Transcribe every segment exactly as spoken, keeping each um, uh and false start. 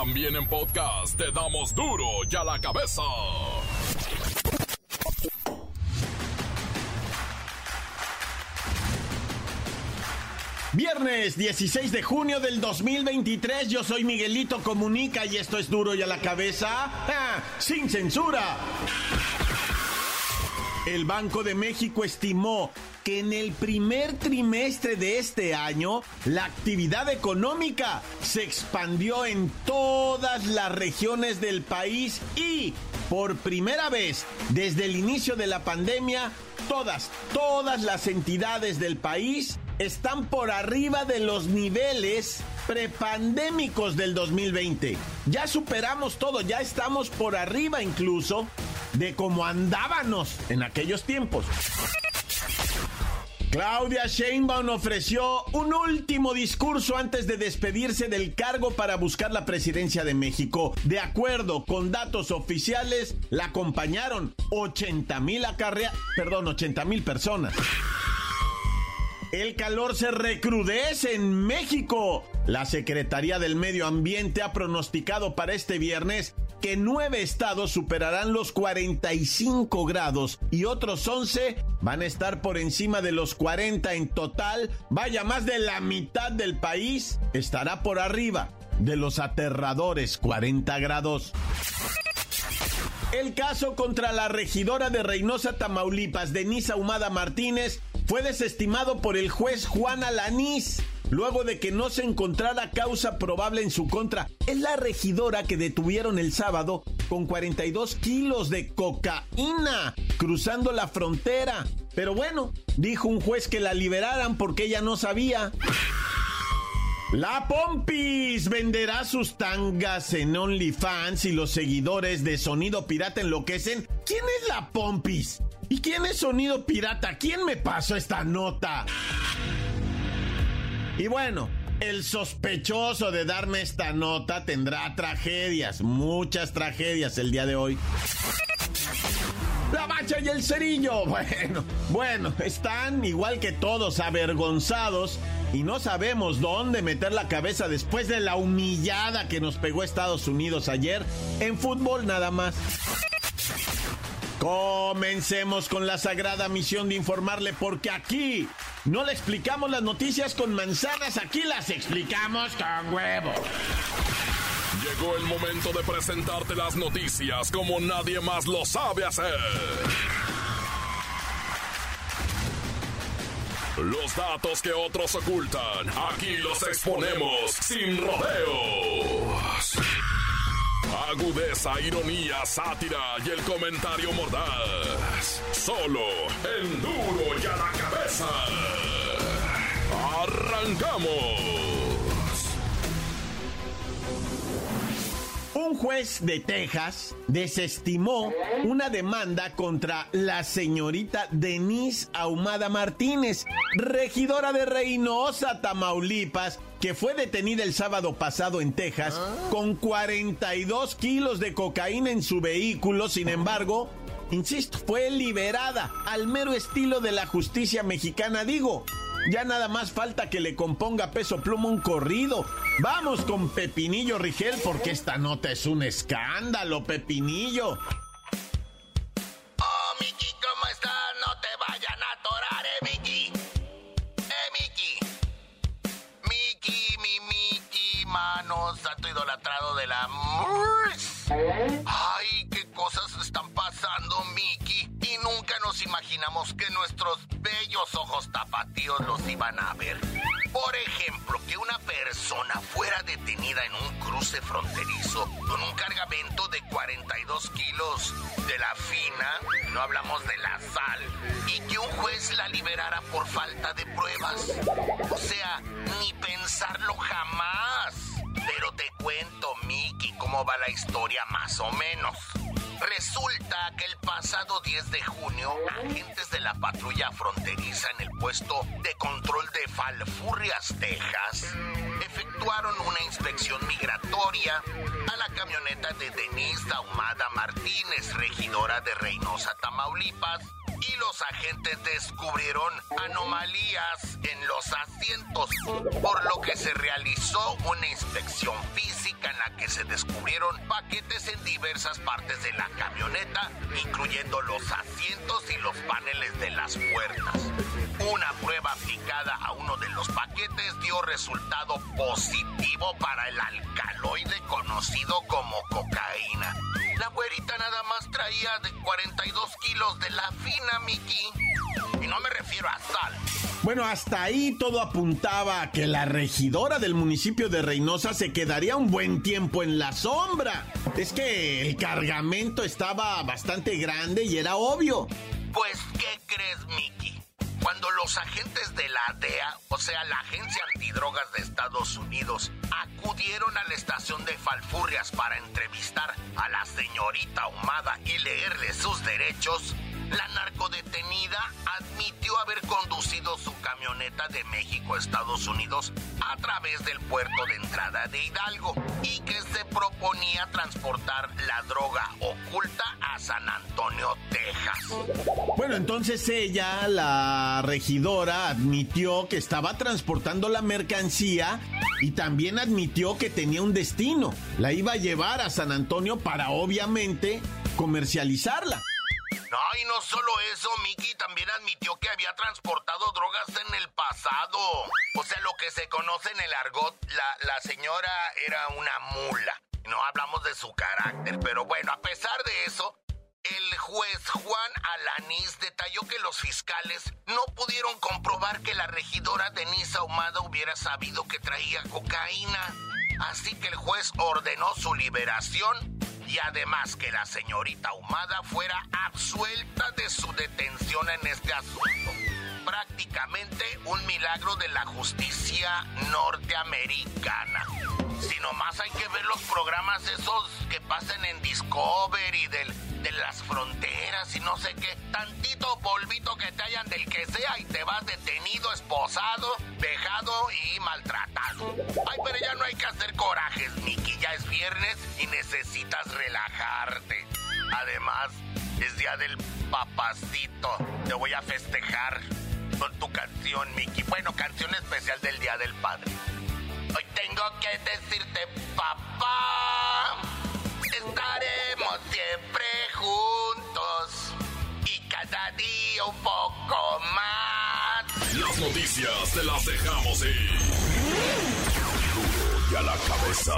También en podcast te damos duro y a la cabeza. Viernes dieciséis de junio del dos mil veintitrés, yo soy Miguelito Comunica y esto es Duro y a la Cabeza, ¡ja! Sin censura. El Banco de México estimó que en el primer trimestre de este año la actividad económica se expandió en todas las regiones del país y por primera vez desde el inicio de la pandemia, todas, todas las entidades del país están por arriba de los niveles prepandémicos del dos mil veinte. Ya superamos todo, ya estamos por arriba incluso de cómo andábamos en aquellos tiempos. Claudia Sheinbaum ofreció un último discurso antes de despedirse del cargo para buscar la presidencia de México. De acuerdo con datos oficiales, la acompañaron ochenta mil acarrea... perdón, ochenta mil personas. El calor se recrudece en México. La Secretaría del Medio Ambiente ha pronosticado para este viernes que nueve estados superarán los cuarenta y cinco grados y otros once van a estar por encima de los cuarenta en total. Vaya, más de la mitad del país estará por arriba de los aterradores cuarenta grados. El caso contra la regidora de Reynosa, Tamaulipas, Denise Ahumada Martínez, fue desestimado por el juez Juan Alanís, luego de que no se encontrara causa probable en su contra. Es la regidora que detuvieron el sábado con cuarenta y dos kilos de cocaína cruzando la frontera. Pero bueno, dijo un juez que la liberaran porque ella no sabía. La Pompis venderá sus tangas en OnlyFans y los seguidores de Sonido Pirata enloquecen. ¿Quién es la Pompis? ¿Y quién es Sonido Pirata? ¿Quién me pasó esta nota? Y bueno, el sospechoso de darme esta nota tendrá tragedias, muchas tragedias el día de hoy. La Bacha y el Cerillo, bueno, bueno, están igual que todos avergonzados y no sabemos dónde meter la cabeza después de la humillada que nos pegó Estados Unidos ayer en fútbol nada más. Comencemos con la sagrada misión de informarle, porque aquí no le explicamos las noticias con manzanas, aquí las explicamos con huevos. Llegó el momento de presentarte las noticias como nadie más lo sabe hacer. Los datos que otros ocultan, aquí los exponemos sin rodeos. Agudeza, ironía, sátira y el comentario mordaz. Solo en Duro y a la Cabeza. ¡Arrancamos! Un juez de Texas desestimó una demanda contra la señorita Denise Ahumada Martínez, regidora de Reynosa, Tamaulipas, que fue detenida el sábado pasado en Texas con cuarenta y dos kilos de cocaína en su vehículo. Sin embargo, insisto, fue liberada al mero estilo de la justicia mexicana. Digo, ya nada más falta que le componga Peso Pluma un corrido. Vamos con Pepinillo Rigel, porque esta nota es un escándalo, Pepinillo. Oh, Miki, ¿cómo estás? No te vayan a atorar, eh, Miki. Eh, Miki. Miki, mi Miki, mano, santo idolatrado del amor. Ay, qué cosas están pasando, Miki. Y nunca nos imaginamos que nuestros bellos ojos tapatíos los iban a ver. Por ejemplo, que una persona fuera detenida en un cruce fronterizo con un cargamento de cuarenta y dos kilos de la fina, no hablamos de la sal, y que un juez la liberara por falta de pruebas. O sea, ni pensarlo jamás. Pero te cuento, Miki, cómo va la historia más o menos. Resulta que el pasado diez de junio, agentes de la patrulla fronteriza en el puesto de control de Falfurrias, Texas, efectuaron una inspección migratoria a la camioneta de Denise Ahumada Martínez, regidora de Reynosa, Tamaulipas, y los agentes descubrieron anomalías en los asientos, por lo que se realizó una inspección física en la que se descubrieron paquetes en diversas partes de la camioneta, incluyendo los asientos y los paneles de las puertas. Una prueba aplicada a uno de los paquetes dio resultado positivo para el alcaloide conocido como cocaína. La güerita nada más traía de cuarenta y dos kilos de la fina, Mickey. Y no me refiero a sal. Bueno, hasta ahí todo apuntaba a que la regidora del municipio de Reynosa se quedaría un buen tiempo en la sombra. Es que el cargamento estaba bastante grande y era obvio. Pues, ¿qué crees, Mickey? Cuando los agentes de la D E A, o sea, la Agencia Antidrogas de Estados Unidos, acudieron a la estación de Falfurrias para entrevistar a la señorita Ahumada y leerle sus derechos, la narcodetenida admitió haber conducido su camioneta de México a Estados Unidos a través del puerto de entrada de Hidalgo y que se proponía transportar la droga oculta a San Antonio, Texas. Bueno, entonces ella, la regidora, admitió que estaba transportando la mercancía y también admitió que tenía un destino. La iba a llevar a San Antonio para, obviamente, comercializarla. No, y no solo eso, Mickey también admitió que había transportado drogas en el pasado. O sea, lo que se conoce en el argot, la, la señora era una mula. No hablamos de su carácter, pero bueno, a pesar de eso, el juez Juan Alanís detalló que los fiscales no pudieron comprobar que la regidora Denise Ahumada hubiera sabido que traía cocaína. Así que el juez ordenó su liberación y además que la señorita Ahumada fuera absuelta de su detención en este asunto. Prácticamente un milagro de la justicia norteamericana. Si nomás hay que ver los programas esos que pasan en Discovery del, de las fronteras y no sé qué, tantito polvito que te hayan del que sea y te vas detenido, esposado, dejado y maltratado. Ay, pero ya no hay que hacer corajes, Mickey, ya es viernes y necesitas relajarte. Además, es día del papacito, te voy a festejar con tu canción, Mickey. Bueno, canción especial del Día del Padre. Hoy tengo que decirte, papá, estaremos siempre juntos y cada día un poco más. Las noticias te las dejamos ir. Duro y a la cabeza.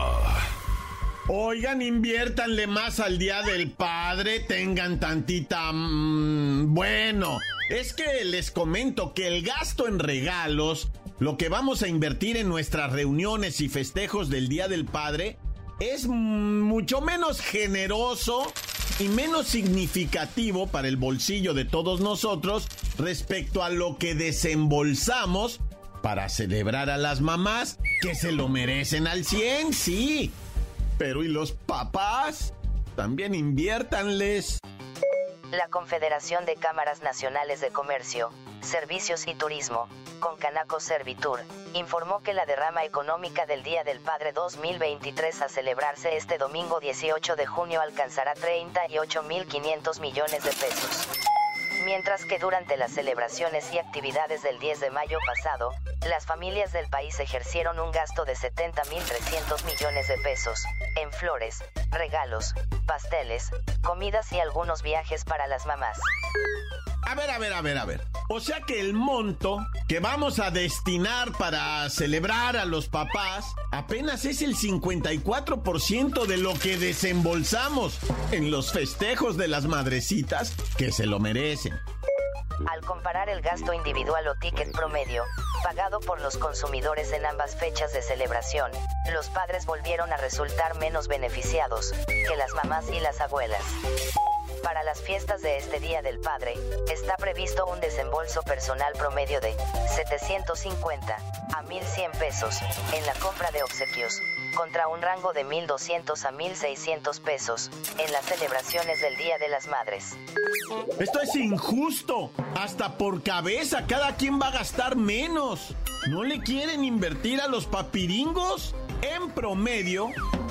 Oigan, inviértanle más al Día del Padre, tengan tantita... Mmm, bueno, es que les comento que el gasto en regalos, lo que vamos a invertir en nuestras reuniones y festejos del Día del Padre, es mucho menos generoso y menos significativo para el bolsillo de todos nosotros respecto a lo que desembolsamos para celebrar a las mamás, que se lo merecen al cien, sí. Pero ¿y los papás? También inviértanles. La Confederación de Cámaras Nacionales de Comercio, Servicios y Turismo, Concanaco Servitur, informó que la derrama económica del Día del Padre dos mil veintitrés a celebrarse este domingo dieciocho de junio alcanzará treinta y ocho mil quinientos millones de pesos. Mientras que durante las celebraciones y actividades del diez de mayo pasado, las familias del país ejercieron un gasto de setenta mil trescientos millones de pesos, en flores, regalos, pasteles, comidas y algunos viajes para las mamás. A ver, a ver, a ver, a ver. O sea que el monto que vamos a destinar para celebrar a los papás apenas es el cincuenta y cuatro por ciento de lo que desembolsamos en los festejos de las madrecitas que se lo merecen. Al comparar el gasto individual o ticket promedio, pagado por los consumidores en ambas fechas de celebración, los padres volvieron a resultar menos beneficiados que las mamás y las abuelas. Para las fiestas de este Día del Padre, está previsto un desembolso personal promedio de setecientos cincuenta a mil cien pesos en la compra de obsequios, contra un rango de mil doscientos a mil seiscientos pesos en las celebraciones del Día de las Madres. Esto es injusto. Hasta por cabeza cada quien va a gastar menos. ¿No le quieren invertir a los papiringos? En promedio,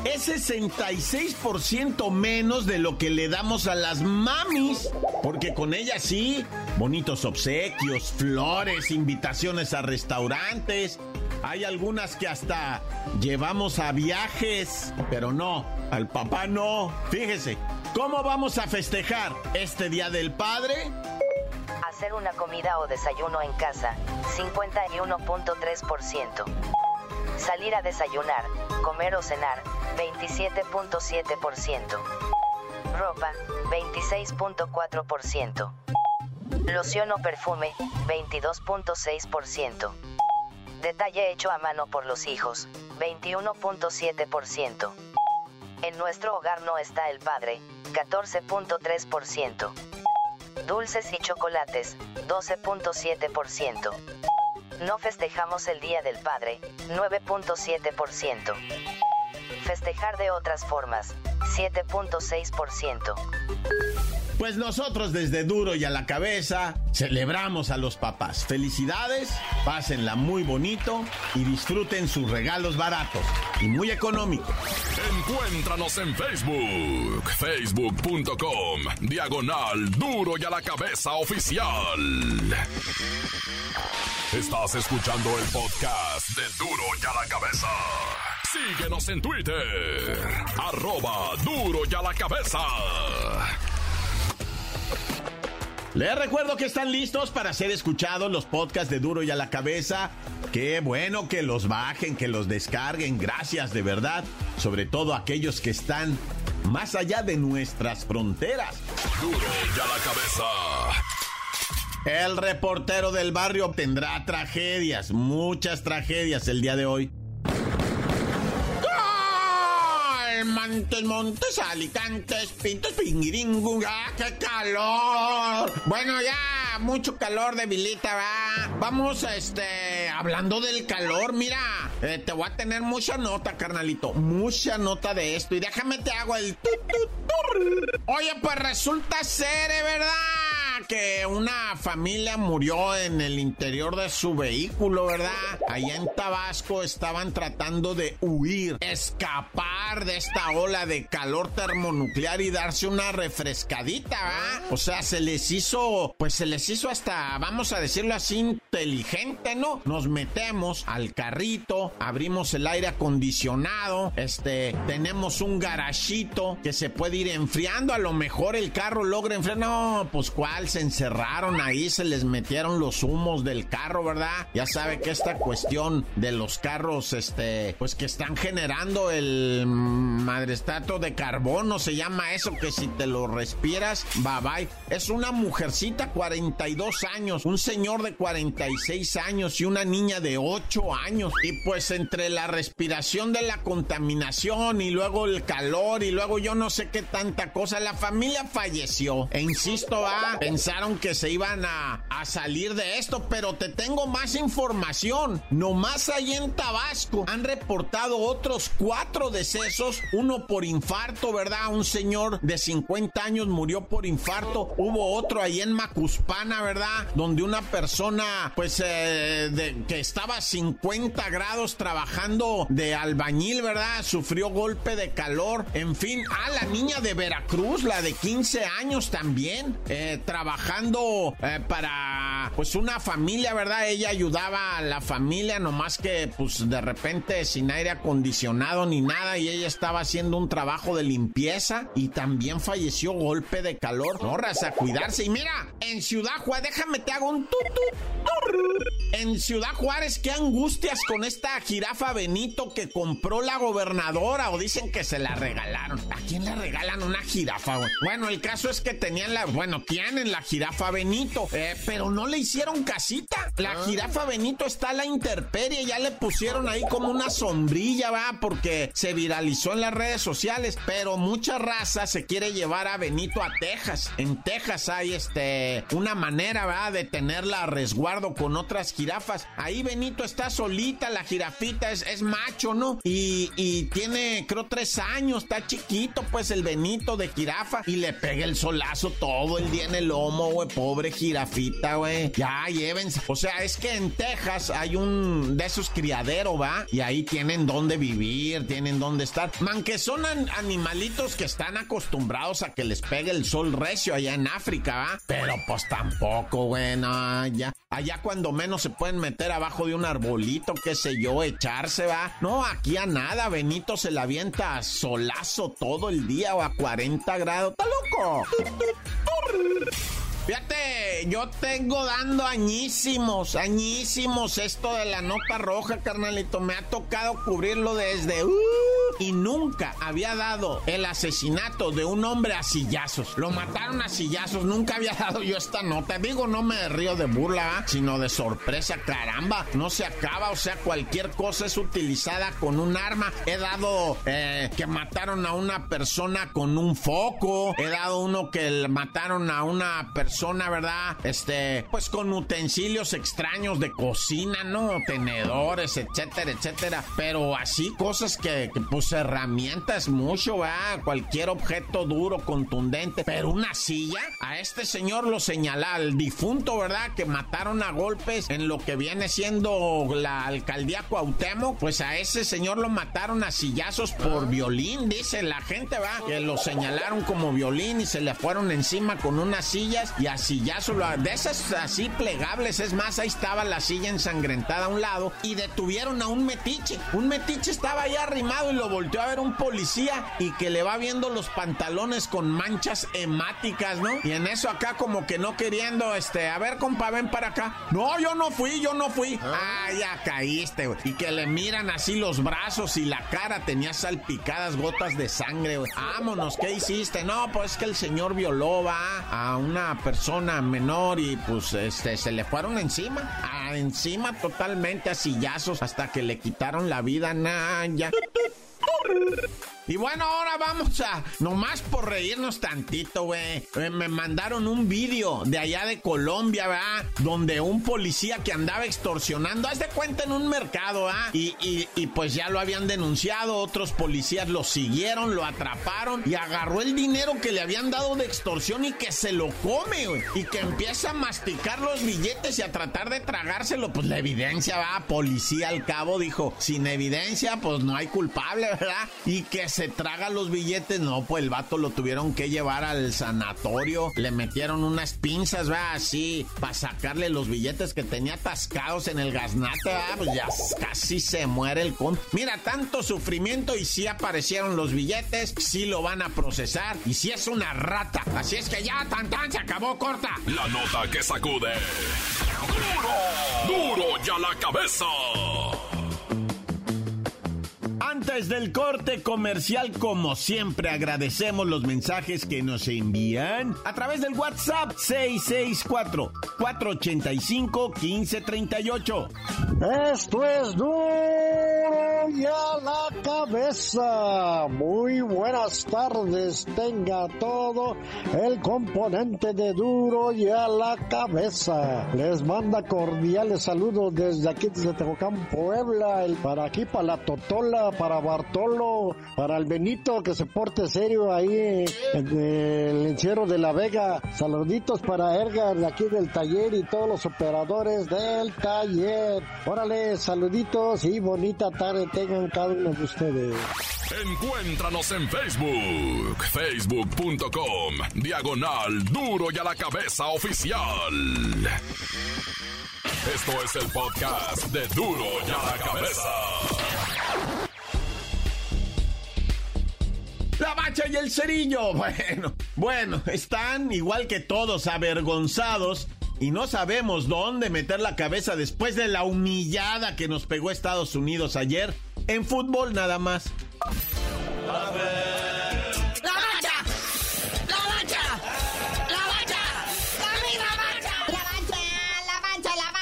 es sesenta y seis por ciento menos de lo que le damos a las mamis. Porque con ellas sí, bonitos obsequios, flores, invitaciones a restaurantes. Hay algunas que hasta llevamos a viajes, pero no, al papá no. Fíjese, ¿cómo vamos a festejar este Día del Padre? Hacer una comida o desayuno en casa, cincuenta y uno punto tres por ciento. Salir a desayunar, comer o cenar, veintisiete punto siete por ciento. Ropa, veintiséis punto cuatro por ciento. Loción o perfume, veintidós punto seis por ciento. Detalle hecho a mano por los hijos, veintiuno punto siete por ciento. En nuestro hogar no está el padre, catorce punto tres por ciento. Dulces y chocolates, doce punto siete por ciento. No festejamos el Día del Padre, nueve punto siete por ciento. Festejar de otras formas, siete punto seis por ciento. Pues nosotros desde Duro y a la Cabeza celebramos a los papás. Felicidades, pásenla muy bonito y disfruten sus regalos baratos y muy económicos. Encuéntranos en Facebook, facebook punto com, diagonal Duro y a la Cabeza Oficial. Estás escuchando el podcast de Duro y a la Cabeza. Síguenos en Twitter, arroba Duro y a la Cabeza. Les recuerdo que están listos para ser escuchados los podcasts de Duro y a la Cabeza. Qué bueno que los bajen, que los descarguen. Gracias, de verdad. Sobre todo aquellos que están más allá de nuestras fronteras. Duro y a la Cabeza. El reportero del barrio tendrá tragedias, muchas tragedias el día de hoy. Montes, montes, alicantes, pintos, pinguiringu, ¡ah, qué calor! Bueno, ya, mucho calor debilita, va. Vamos, este, hablando del calor, mira, eh, te voy a tener mucha nota, carnalito, mucha nota de esto. Y déjame te hago el... Oye, pues resulta ser, ¿eh, verdad?, que una familia murió en el interior de su vehículo, ¿verdad? Allá en Tabasco estaban tratando de huir, escapar de esta ola de calor termonuclear y darse una refrescadita, ¿verdad? O sea, se les hizo, pues se les hizo hasta, vamos a decirlo así, inteligente, ¿no? Nos metemos al carrito, abrimos el aire acondicionado, este, tenemos un garachito que se puede ir enfriando, a lo mejor el carro logra enfriar, no, pues cuál, se encerraron ahí, se les metieron los humos del carro, ¿verdad? Ya sabe que esta cuestión de los carros, este, pues que están generando el madrestato de carbono, se llama eso, que si te lo respiras, bye bye. Es una mujercita, cuarenta y dos años, un señor de cuarenta y seis años y una niña de ocho años. Y pues entre la respiración de la contaminación y luego el calor y luego yo no sé qué tanta cosa, la familia falleció. E insisto, va, pensaron que se iban a, a salir de esto, pero te tengo más información. Nomás ahí en Tabasco han reportado otros cuatro decesos, uno por infarto, ¿verdad? Un señor de cincuenta años murió por infarto. Hubo otro ahí en Macuspana, ¿verdad? Donde una persona, pues, eh, de, que estaba a cincuenta grados trabajando de albañil, ¿verdad? Sufrió golpe de calor. En fin, ah, la niña de Veracruz, la de quince años también, eh, trabajando eh, para, pues, una familia, ¿verdad? Ella ayudaba a la familia, nomás que, pues, de repente sin aire acondicionado ni nada, y ella estaba haciendo un trabajo de limpieza y también falleció golpe de calor. No, raza, cuidarse. Y mira, en Ciudad Juárez, déjame te hago un tutu. En Ciudad Juárez, qué angustias con esta jirafa Benito que compró la gobernadora, o dicen que se la regalaron. ¿A quién le regalan una jirafa, güey? Bueno, el caso es que tenían la, bueno, tienen la jirafa Benito, eh, pero no le hicieron casita. La ah. jirafa Benito está a la intemperie, ya le pusieron ahí como una sombrilla, va, porque se viralizó en las redes sociales, pero mucha raza se quiere llevar a Benito a Texas. En Texas hay, este, una manera, va, de tenerla a resguardo con otras jirafas jirafas. Ahí Benito está solita, la jirafita es, es macho, ¿no? Y, y tiene, creo, tres años, está chiquito, pues, el Benito de jirafa. Y le pega el solazo todo el día en el lomo, güey, pobre jirafita, güey. Ya, llévense. O sea, es que en Texas hay un de esos criaderos, ¿va? Y ahí tienen dónde vivir, tienen dónde estar. Man, que son an- animalitos que están acostumbrados a que les pegue el sol recio allá en África, ¿va? Pero pues tampoco, güey, no, ya. Allá cuando menos se pueden meter abajo de un arbolito, qué sé yo, echarse, ¿va? No, aquí a nada, Benito se la avienta a solazo todo el día o a cuarenta grados. ¡Está loco! Fíjate, yo tengo dando añísimos, añísimos esto de la nota roja, carnalito. Me ha tocado cubrirlo desde... Uh, y nunca había dado el asesinato de un hombre a sillazos. Lo mataron a sillazos, nunca había dado yo esta nota. Digo, no me río de burla, ¿eh? Sino de sorpresa. Caramba, no se acaba, o sea, cualquier cosa es utilizada con un arma. He dado eh, que mataron a una persona con un foco. He dado uno que mataron a una persona Persona, ¿verdad? Este, pues con utensilios extraños de cocina, ¿no? Tenedores, etcétera, etcétera. Pero así cosas que, que pues herramientas mucho, ¿verdad? Cualquier objeto duro, contundente. Pero una silla, a este señor lo señala, al difunto, ¿verdad? Que mataron a golpes en lo que viene siendo la alcaldía Cuauhtémoc. Pues a ese señor lo mataron a sillazos por violín, dice la gente, ¿verdad? Que lo señalaron como violín y se le fueron encima con unas sillas. Y así ya solo de esas así plegables, es más, ahí estaba la silla ensangrentada a un lado y detuvieron a un metiche. Un metiche estaba ahí arrimado y lo volteó a ver un policía y que le va viendo los pantalones con manchas hemáticas, ¿no? Y en eso acá como que no queriendo, este, a ver, compa, ven para acá. No, yo no fui, yo no fui. Ah, ya caíste, güey. Y que le miran así los brazos y la cara tenía salpicadas gotas de sangre, güey. Vámonos, ¿qué hiciste? No, pues es que el señor violó, va, a una persona menor y pues este se le fueron encima, a, encima totalmente a sillazos hasta que le quitaron la vida, nah, ya. Y bueno, ahora vamos a, nomás por reírnos tantito, güey. Eh, me mandaron un vídeo de allá de Colombia, ¿verdad? Donde un policía que andaba extorsionando, haz de cuenta en un mercado, ¿ah? Y, y, y pues ya lo habían denunciado, otros policías lo siguieron, lo atraparon y agarró el dinero que le habían dado de extorsión y que se lo come, güey. Y que empieza a masticar los billetes y a tratar de tragárselo. Pues la evidencia, va, policía al cabo dijo, sin evidencia, pues no hay culpable, ¿verdad? Y que se traga los billetes, no, pues el vato lo tuvieron que llevar al sanatorio, le metieron unas pinzas, va, así, para sacarle los billetes que tenía atascados en el gaznate, va, pues ya casi se muere el con. Mira, tanto sufrimiento y sí aparecieron los billetes, sí lo van a procesar y sí es una rata, así es que ya, tan tan, se acabó, corta. La nota que sacude. ¡Duro! ¡Duro ya la cabeza! Antes del corte comercial, como siempre, agradecemos los mensajes que nos envían a través del WhatsApp seis seis cuatro, cuatro ocho cinco, uno cinco tres ocho. Esto es Duro y a la Cabeza. Muy buenas tardes, tenga todo el componente de Duro y a la Cabeza. Les manda cordiales saludos desde aquí, desde Tehuacán, Puebla, el, para aquí, para la Totola, para Bartolo, para el Benito, que se porte serio ahí en el encierro de La Vega. Saluditos para Edgar de aquí del taller y todos los operadores del taller. Órale, saluditos y bonita tarde tengan cada uno de ustedes. Encuéntranos en Facebook, facebook punto com, diagonal Duro y a la Cabeza Oficial. Esto es el podcast de Duro y a la Cabeza. La Bacha y el Cerillo, bueno, bueno, están igual que todos avergonzados y no sabemos dónde meter la cabeza después de la humillada que nos pegó Estados Unidos ayer, en fútbol nada más. A ver. ¡La Bacha! ¡La Bacha! ¡La Bacha! ¡La Bacha! La Bacha, la Bacha, la Bacha. No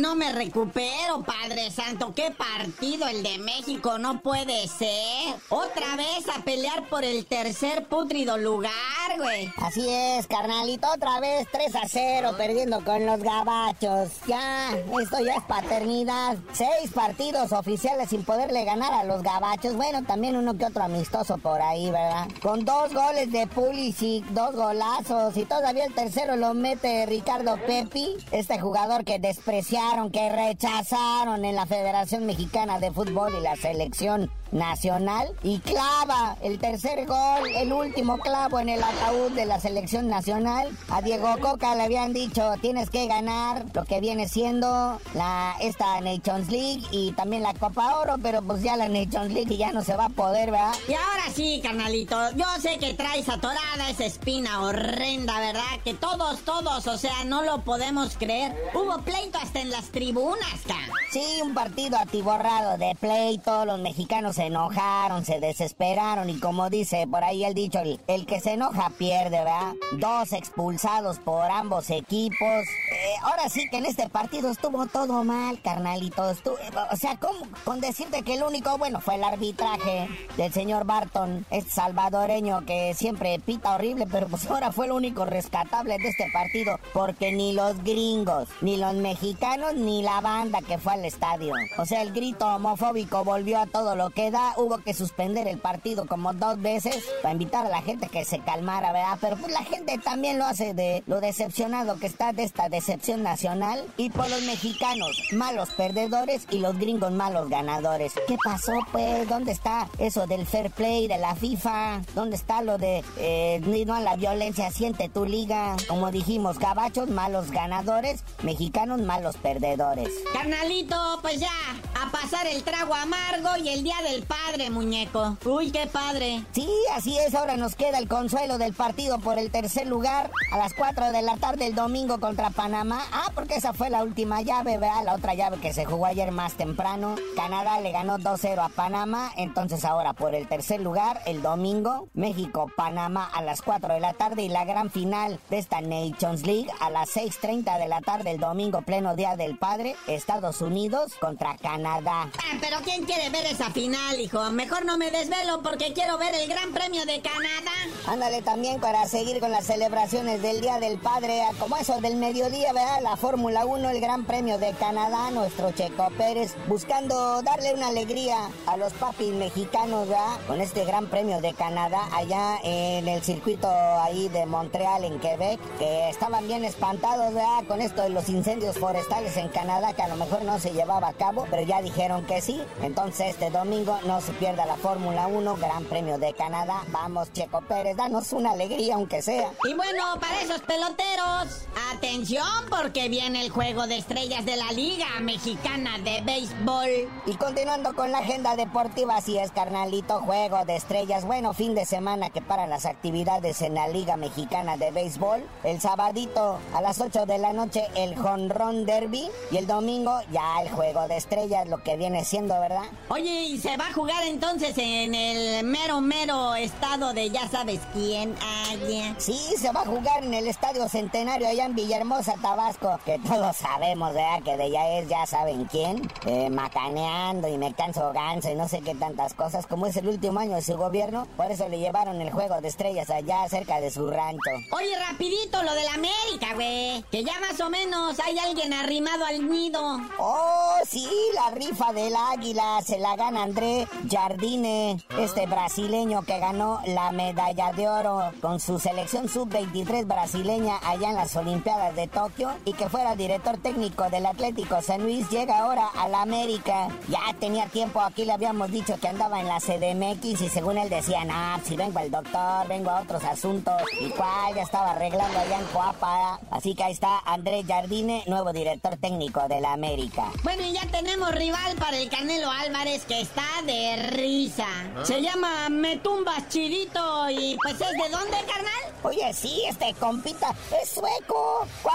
no me recupero, Padre Santo. ¡Qué partido el de México! No puede ser. Otra vez a pelear por el tercer pútrido lugar, güey. Así es, carnalito. Otra vez tres a cero, perdiendo con los gabachos. Ya, esto ya es paternidad. Seis partidos oficiales sin poderle ganar a los gabachos. Bueno, también uno que otro amistoso por ahí, ¿verdad? Con dos goles de Pulisic, dos golazos, y todavía el tercero lo mete Ricardo Pepi, este jugador que despreciaron, que rechazaron en la Federación Mexicana de Fútbol y la Selección Nacional, y clava el tercer gol, el último clavo en el ataúd de la Selección Nacional. A Diego Coca le habían dicho: tienes que ganar lo que viene siendo la esta Nations League y también la Copa Oro, pero pues ya la Nations League ya no se va a poder, ¿verdad? Y ahora sí, carnalito, yo sé que traes atorada esa espina horrenda, ¿verdad? Que todos, todos, o sea, no lo podemos creer. Hubo pleito hasta en las tribunas, ca. Sí, un partido atiborrado de pleito. Los mexicanos se enojaron, se desesperaron, y como dice por ahí el dicho, el, el que se enoja pierde, ¿verdad? Dos expulsados por ambos equipos. Eh, ahora sí que en este partido estuvo todo mal, carnalito. Estuvo, o sea, ¿cómo? Con decirte que el único bueno fue el arbitraje del señor Barton, este salvadoreño que siempre pita horrible, pero pues ahora fue lo único rescatable de este partido, porque ni los gringos, ni los mexicanos, ni la banda que fue al estadio. O sea, el grito homofóbico volvió a todo lo que da. Hubo que suspender el partido como dos veces para invitar a la gente que se calmara, ¿verdad? Pero pues la gente también lo hace de lo decepcionado que está de esta decepción nacional. Y por los mexicanos, malos perdedores, y los gringos, malos ganadores. ¿Qué pasó, pues? ¿Dónde está eso del fair play de la FIFA? ¿Dónde está lo de eh, no a la violencia, siente tu liga? Como dijimos, gabachos, malos ganadores, mexicanos, malos perdedores. Carnalito, pues ya, a pasar el trago amargo y el día del padre, muñeco. Uy, qué padre. Sí, así es. Ahora nos queda el consuelo del partido por el tercer lugar a las cuatro de la tarde el domingo contra Panamá. Ah, porque esa fue la última llave, ¿verdad? La otra llave que se jugó ayer más temprano. Canadá le ganó dos cero a Panamá. Entonces ahora por el tercer lugar el domingo, México-Panamá a las cuatro de la tarde, y la gran final de esta Nations League a las seis treinta de la tarde el domingo, pleno día del padre, Estados Unidos contra Canadá. Ah, pero ¿quién quiere ver esa final, hijo? Mejor no me desvelo porque quiero ver el Gran Premio de Canadá. Ándale, también para seguir con las celebraciones del Día del Padre, como eso del mediodía, ¿verdad? La Fórmula uno, el Gran Premio de Canadá, nuestro Checo Pérez, buscando darle una alegría a los papis mexicanos, ¿verdad? Con este Gran Premio de Canadá, allá en el circuito ahí de Montreal, en Quebec, que estaban bien espantados, ¿verdad? Con esto de los incendios forestales en Canadá, que a lo mejor no se llevaba a cabo, pero ya dijeron que sí. Entonces este domingo no se pierda la Fórmula uno, Gran Premio de Canadá. Vamos, Checo Pérez, danos una alegría aunque sea. Y bueno, para esos peloteros, atención, porque viene el juego de estrellas de la Liga Mexicana de Béisbol. Y continuando con la agenda deportiva, así es, carnalito, juego de estrellas. Bueno, fin de semana que paran las actividades en la Liga Mexicana de Béisbol. El sabadito a las ocho de la noche el Jonrón Derby, y el domingo ya el juego de estrellas, lo que viene siendo, ¿verdad? Oye, ¿y se va a jugar entonces en el mero mero estado de ya sabes quién? Ah, yeah. Sí, se va a jugar en el Estadio Centenario allá en Villahermosa, Tabasco, que todos sabemos, ¿verdad? Que de allá es ya saben quién, eh, macaneando y me canso ganso y no sé qué tantas cosas. Como es el último año de su gobierno, por eso le llevaron el juego de estrellas allá cerca de su rancho. Oye, rapidito lo de la América, güey, que ya más o menos hay alguien arrimado al nido. Oh, sí, la rifa del águila se la gana André Jardine, este brasileño que ganó la medalla de oro con su selección sub veintitrés brasileña allá en las Olimpiadas de Tokio, y que fuera director técnico del Atlético San Luis, llega ahora a la América. Ya tenía tiempo, aquí le habíamos dicho que andaba en la C D M X, y según él decía, no, si vengo al doctor, vengo a otros asuntos, y cuál, ya estaba arreglando allá en Coapa. Así que ahí está André Jardine, nuevo director técnico de la América. Bueno, y ya tenemos rival para el Canelo Álvarez, que está de risa. Se llama Metumbas Chirito, y pues ¿es de dónde, carnal? Oye, sí, este compita es sueco. ¿Cuándo había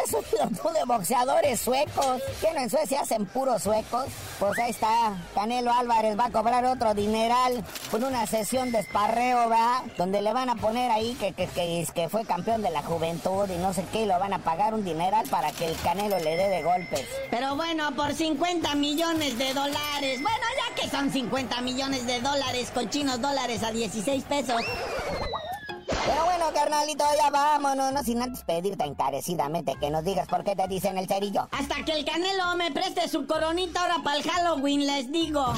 has oído tú de boxeadores suecos? ¿Que no en Suecia hacen puros suecos? Pues ahí está, Canelo Álvarez va a cobrar otro dineral con una sesión de esparreo, ¿verdad? Donde le van a poner ahí que, que, que, que fue campeón de la juventud y no sé qué, y lo van a pagar un dineral para que el Canelo le dé de golpes. Pero bueno, por cincuenta millones de dólares. Bueno, ya que son cincuenta millones de dólares, cochinos dólares a dieciséis pesos. Pero bueno, carnalito, ya vámonos, no sin antes pedirte encarecidamente que nos digas por qué te dicen el cerillo. Hasta que el Canelo me preste su coronita ahora para el Halloween, les digo.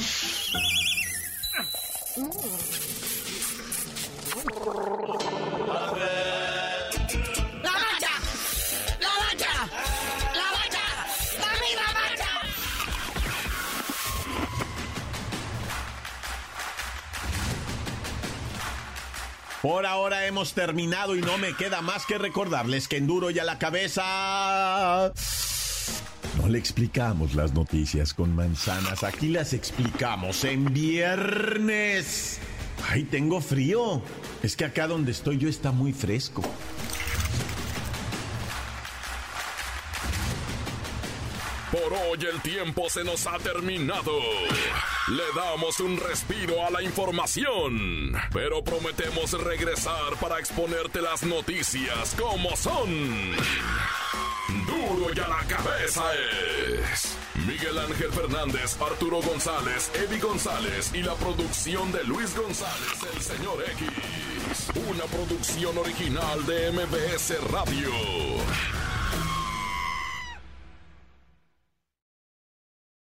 Por ahora hemos terminado y no me queda más que recordarles que en Duro y a la Cabeza no le explicamos las noticias con manzanas, aquí las explicamos en viernes. Ay, tengo frío. Es que acá donde estoy yo está muy fresco. Por hoy el tiempo se nos ha terminado. Le damos un respiro a la información, pero prometemos regresar para exponerte las noticias como son. Duro y a la Cabeza es Miguel Ángel Fernández, Arturo González, Eddie González y la producción de Luis González, el señor X. Una producción original de M B S Radio.